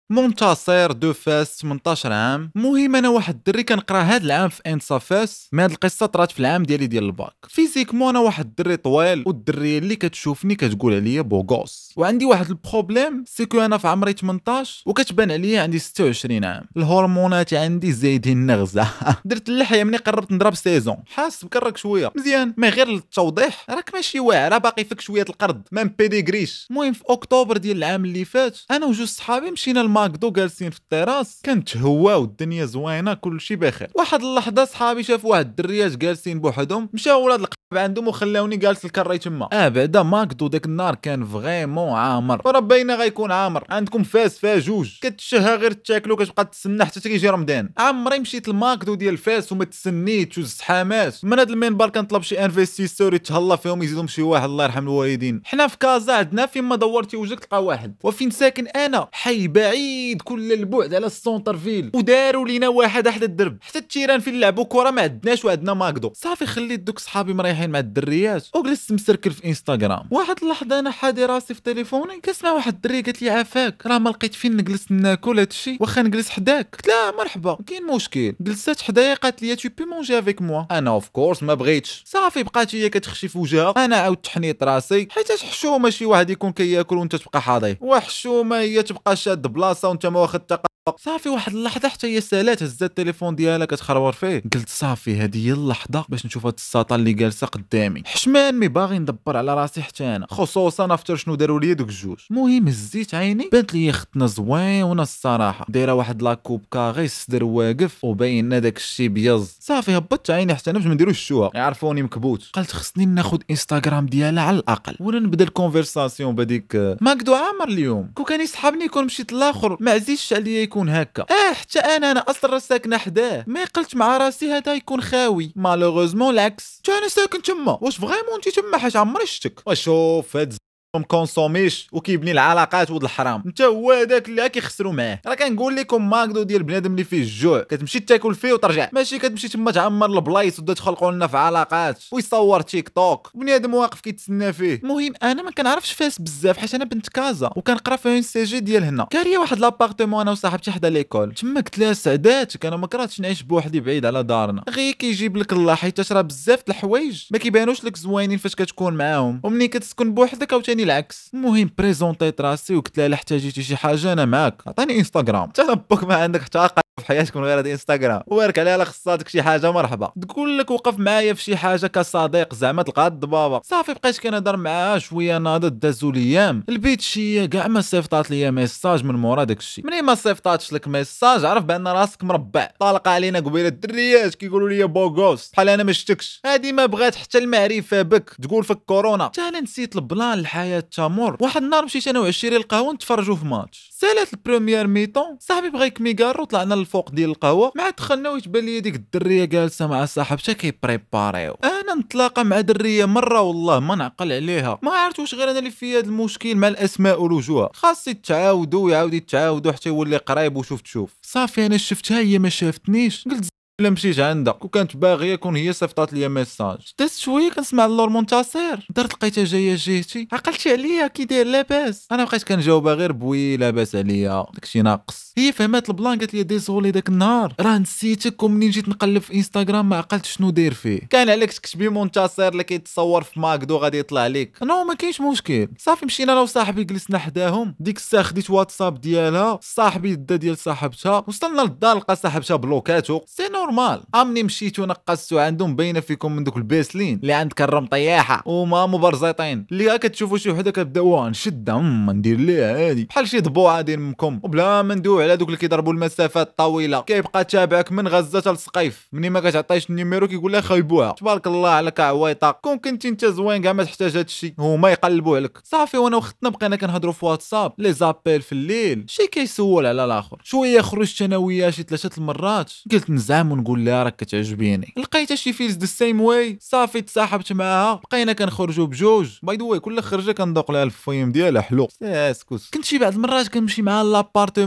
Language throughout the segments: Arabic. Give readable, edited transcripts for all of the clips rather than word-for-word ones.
منتصر دو فاس 18 عام. المهم انا واحد الدري كنقرا هاد العام في انسا فاس. هاد القصه طرات في العام ديال الباك. فيزيكمون انا واحد الدري طويل، والدريه اللي كتشوفني كتقول عليا بوغوس. وعندي واحد البروبليم سيكو انا في عمري 18 وكتبان عليا عندي 26 عام. الهرمونات عندي زايدين نغزه. درت اللحيه ملي قربت نضرب سيزون، حاس بكرك شويه مزيان. ما غير للتوضيح راك ماشي واعره، باقي فيك شويه القرض ما مبيديغريش. المهم في اكتوبر ديال العام اللي فات انا وجوج صحابي مشينا لماكدو جالسين في التراس، كانت هواء والدنيا زوينه كلشي بخير. واحد اللحظه صحابي شافوا واحد الدريات جالسين بوحدهم، مشاو ولاد القلب عندهم وخلاوني جالس الكري تما. بعدا ماكدو داك النهار كان فريمون عامر، وراه باينه غيكون عامر. عندكم فاس فيها جوج، كتشهى غير تاكلو كتبقى تسنى حتى تيجي رمضان. عمري مشيت لماكدو ديال فاس وما تسنيتش وزحامات. من هاد المنبر كنطلب شي انفستيسور يتهلا فيهم يزيدهم شي واحد الله يرحم الوالدين. حنا في كازا عندنا فين ما دورتي وجهك تلقى واحد، وفين ساكن انا حي بعيد كل البعد على السونتر فيل، وداروا لينا واحد احد الدرب. حتى التيران فين نلعبوا كره ما عندناش وعندنا ماكدو. صافي خليت دوك صحابي مريحين مع الدريات وجلست مسركل في انستغرام. واحد اللحظه انا حادي راسي في تليفوني كنسمع واحد الدري قالت لي عافاك، راه ما لقيت فين نجلس ناكل هادشي، واخا نجلس حداك. قلت لها مرحبا كاين مشكل. جلست حدايا قالت لي تو بي مونجي افيك موا. انا اوف كورس ما بغيتش. صافي بقات هي كتخشي في وجهها، انا عاودت حنيت راسي حيت حشومه شي واحد يكون كياكل وانت تبقى حاضي، وحشومه هي تبقى شاد بلاصه وانت ما واخد ثقه. صافي واحد اللحظه حتى هي سالات هزات التليفون ديالها كتخرور فيه. قلت صافي هذه هي اللحظه باش نشوف هاد الساطه اللي جالسه قدامي. حشمان مي باغي ندبر على راسي حتى انا، خصوصا افتر شنو داروا لي دوك الجوج. المهم هزيت عيني بانت لي ختنا زوينه الصراحه، دايره واحد لاكوب كاغي الصدر واقف وباين داك الشي بيض. صافي هبطت عيني حتى انا باش ما نديروش الشوها يعرفوني مكبوت. قلت خصني ناخذ انستغرام ديالها على الاقل ولا نبدا الكونفرساسيون بديك ماكدو عامر اليوم. كون كان يسحبني يكون مشيت لاخر ما عزيزش عليا يكون هكا. حتى انا اصلا ساكنه حداه، ما قلت مع راسي هذا يكون خاوي. مالوغوزمون العكس، انا ساكن تما. واش فريمون انت تما حاجه عمري شتك؟ وشوف هاد مكونسوميش وكيبني العلاقات ولد الحرام. انت هو هذاك اللي كيخسروا معاه. راه كنقول لكم ماكدو ديال بنادم اللي فيه الجوع كتمشي تاكل فيه وترجع، ماشي كتمشي تما تعمر البلايص وتبدا تخلقوا لنا في علاقات ويصور تيك توك بنادم واقف كيتسنى فيه. المهم انا ما كنعرفش فاس بزاف حيت انا بنت كازا وكنقرا في اون سي جي ديال هنا. كاريه واحد لابارتمون انا وصاحبتي حدا ليكول تما. قلت لها سعداتك انا ما كرهتش نعيش بوحدي بعيد على دارنا، غير كيجيب لك الله حيت راه بزاف د الحوايج ما كيبانوش لك زوينين فاش كتكون معاهم، ومني كتسكن بوحدك عاوتاني العكس. المهم بريزونطيت راسي وقلت لها احتاجيتي شي حاجه انا معاك، عطيني انستغرام. تنبك ما عندك حتى عقل في حياتك من غير هذا انستغرام، وبارك عليها خصاتك شي حاجه مرحبا. تقول لك وقف معايا في شي حاجه كصديق زعما تلقى الضبابه. صافي بقيت كنهضر معاها شويه ناضت دازو ليام البيت شي كاع ما صيفطات ليا ميساج من مورا داكشي. منين ما صيفطاتش لك ميساج عرف بان راسك مربع. طالقه علينا قبيله الدريات كيقولوا لي بوغوس بحال انا ما شتكش. هادي ما بغات حتى المعرفه بك تقول فيك كورونا. حتى انا نسيت البلان الحياه تمر. واحد النهار مشيت انا وعشيري القهوه نتفرجوا في ماتش. سالات البريمير ميطون صاحبي بغا يكميكارو طلعنا للفوق ديال القهوه مع دخلنا ويتبان لي ديك الدريه جالسه مع صاحبتها كيبريباريو. انا نتلاقى مع دريه مره والله ما نعقل عليها. ما عرفت واش غير انا اللي في هذا المشكل مع الاسماء والوجوه، خاص يتعاودوا ويعاود يتعاودوا حتى يولي قريب وشوف تشوف. صافي انا شفتها هي ما شافتنيش قلت لا مشيت عندها وكانت باغيه كون هي صيفطات لي ميساج. دازت شويه كنسمع اللور منتصر درت لقيتها جايه جهتي عقلتي عليا كي داير لاباس. انا بقيت كنجاوبها غير بوي لاباس عليا داكشي ناقص. هي فهمات البلان قالت لي ديزولي داك النهار راه نسيتك ومنين جيت نقلب في انستغرام ما عقلتش شنو داير فيه. كان عليك تكتبي منتصر اللي كيتصور في ماكدو غادي يطلع لك. نو ما كاينش مشكل. صافي مشينا انا وصاحبي جلسنا حداهم. ديك الساعه خديت واتساب ديالها صاحبي دا ديال صاحبتها. وصلنا للدار لقى صاحبتها بلوكاتو سي نورمال. عمني مشيت ونقصتو عندهم باينه فيكم من دوك الباسلين اللي عند كرم طياحه وما مبرزطين اللي كتشوفوا شي وحده كتبداو نشدها ندير ليها هادي بحال شي ضبوعه ديال امكم وبلا ما ندوي على دوك اللي كيضربوا المسافات الطويله. كيبقى تابعك من غزه حتى لسقيف منين ما كتعطيش النيميرو كيقول لها خايبوها. تبارك الله عليك عويطه. كون كنتي انت زوين كاع ما تحتاج هادشي هما يقلبوا عليك. صافي وانا وختنا بقينا كنهضروا في واتساب لي زابيل في الليل شي كيسول على الاخر. شويه خرجت انا وياه شي 3 المرات قلت نزعم ونقول لها راك كتعجبيني. لقيتها شي فيلز ذا سيم واي. صافي تصاحبت معاها بقينا كنخرجوا بجوج. باي ذا واي كل خرجه كندوق لها الفيم ديالها حلو. اسكت كنت شي بعض المرات كنمشي معاها لابارتمون ديالها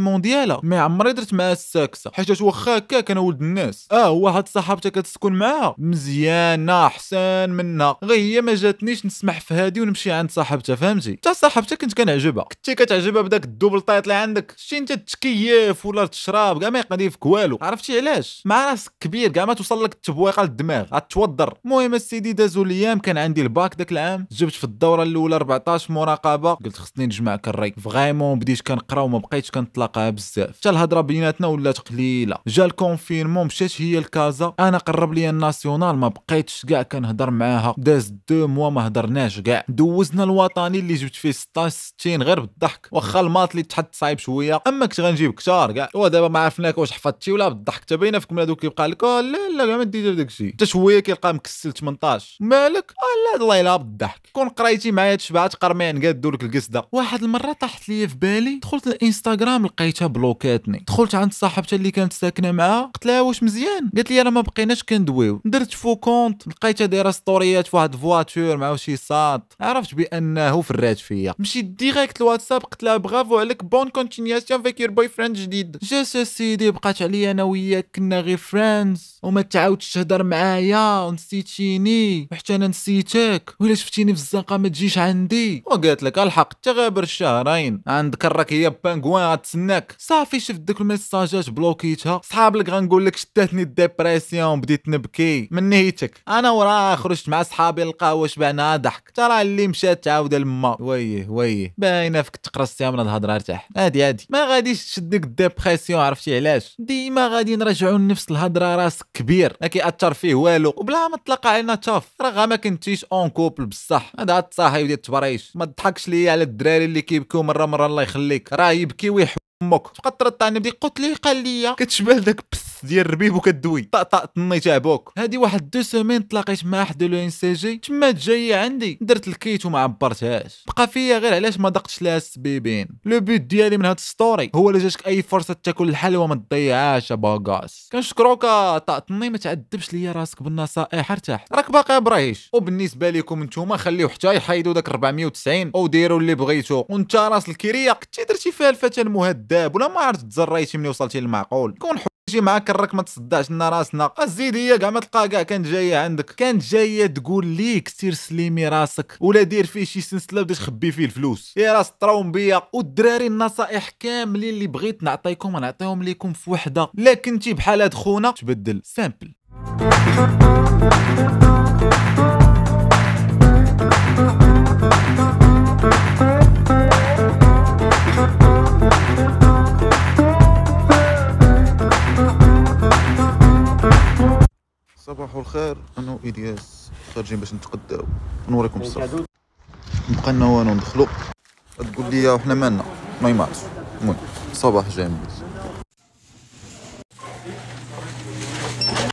لا ما عمري درت معاه الساكسه، حيت واخا هكاك انا ولد الناس. واحد صاحبتها كتسكن معاها مزيانه احسن منها، غير هي ما جاتنيش نسمح في هادي ونمشي عند صاحبتها، فهمتي؟ حتى صاحبتها كنت كنعجبها، كنتي كتعجبها بداك الدوبل طايط اللي عندك، شتي انت تكيف ولا تشرب كاع ما يقضي فيك والو. عرفتي علاش؟ مع راسك كبير كاع ما توصل لك التبويقه للدماغ غتوضر. المهم السيدي دازو الايام، كان عندي الباك داك العام، جبت في الدوره الاولى 14 مراقبه، قلت خصني نجمع كالري فريمون، بديت كنقرا وما بقيتش كنتلاقاها بزاف، حتى الهضره بيناتنا ولات قليله. جا الكونفينمون مشات هي لكازا، انا قرب لي الناسيونال ما بقيتش كاع كنهضر معاها، داز 2 موا ما هضرناش كاع. دوزنا الوطني اللي جبت فيه 16 60 غير بالضحك، واخا الماط اللي تحط صعيب شويه، اما كنت غنجيب كثار كاع. ودابا ما عرفناك واش حفظتي ولا بالضحك، حتى باينه فيكم هذوك كيبقى لك لا لا كاع ما ديتي داك الشيء، حتى شويه كيلقى مكسل 18 مالك لا الله يلا بالضحك. كون قرايتي معايا تشبعت قرمين قادوا لك القصده. واحد المره طاحت لي في بالي، دخلت الانستغرام لقيتها بلوكاتني، دخلت عند صاحبتها اللي كانت ساكنه معاها، قلت لها واش مزيان؟ قالت لي راه ما بقيناش كندويو. درت فو كونت، لقيتها دايره ستوريات في واحد فواتور مع شي صاط، عرفت بانه فرات فيا، مشيت ديريكت الواتساب قلت لها برافو عليك، بون كونتينياسيون فيك يور بوي فريند جديد. جات سيدي بقات عليا انا وياك كنا غير فريندز، وما تعاودش تهضر معايا ونسيتيني وحتى انا نسيتك، ولا شفتيني في الزنقه ما تجيش عندي. وقالت لك الحق حتى غابر الشهرين عندك راك هي بانكوان غتسناك. صافي شفت ديك الميساجات بلوكيتها. صحابك غنقول لك شداتني الديبرسيون، بديت نبكي من نيتك. انا وراه خرجت مع صحابي للقهوه شبعنا ضحك، ترى اللي مشات تعاود لما ويه باينه فيك تقرصتيها من الهضره. ارتاح عادي ما غاديش تشدك الديبرسيون، عرفتي علاش؟ ديما غادي نرجعوا لنفس الهضره، راسك كبير ما كيأثر فيه والو، وبلا ما تلقى علينا تاف راه ما كنتيش اون كوبل بصح. هذا التصاحب ديال التبريش، ما تضحكش ليا على الدراري اللي كيبكيو مره الله يخليك، راه يبكي ويحمك تبقى ترطعني بدي قلت ليه قال لي كتشبه داك ديال الربيب وكدوي طقطق طني تاع بوك. هادي واحد 2 سيمين تلاقيت مع واحد لو ان سي جي، تما جايه عندي درت الكيت وما عبرتهاش، بقى فيا غير علاش ما دقتش لها السبيبين. لو بوت ديالي من هاد ستوري هو الا جاتك اي فرصه تاكل الحلوه ما تضيعهاش باغاس. كنشكروك طقطني، ما تعذبش ليا راسك بالنصائح، ارتاح راك باقي بريش. وبالنسبه لكم نتوما خليو حتى يحيدوا داك 490 او ديروا اللي بغيتو، وانت راس الكريه كنتي درتي فيها الفتى المهذب ولا ما عرفت تزريتي ملي وصلتي للمعقول. كون جي معاك الرك ما تصدعش لنا راسنا. الزيد هي كاع ما تلقى كاع كانت جايه عندك، كانت جايه تقول ليك سير سليمي راسك ولا دير فيه شي سلسله وبدا تخبي فيه الفلوس. يا راس طراوم بيا. والدراري النصائح كاملين اللي بغيت نعطيكم نعطيهم لكم في وحده، لا كنتي بحال هاد خونا تبدل سامبل. صباح الخير، انا وإلياس خارجين باش نتقداو ونوريكم الصف. نبقى لنا والو ندخلو، تقول لي وحنا مالنا ما يمارس. المهم صباح جامد.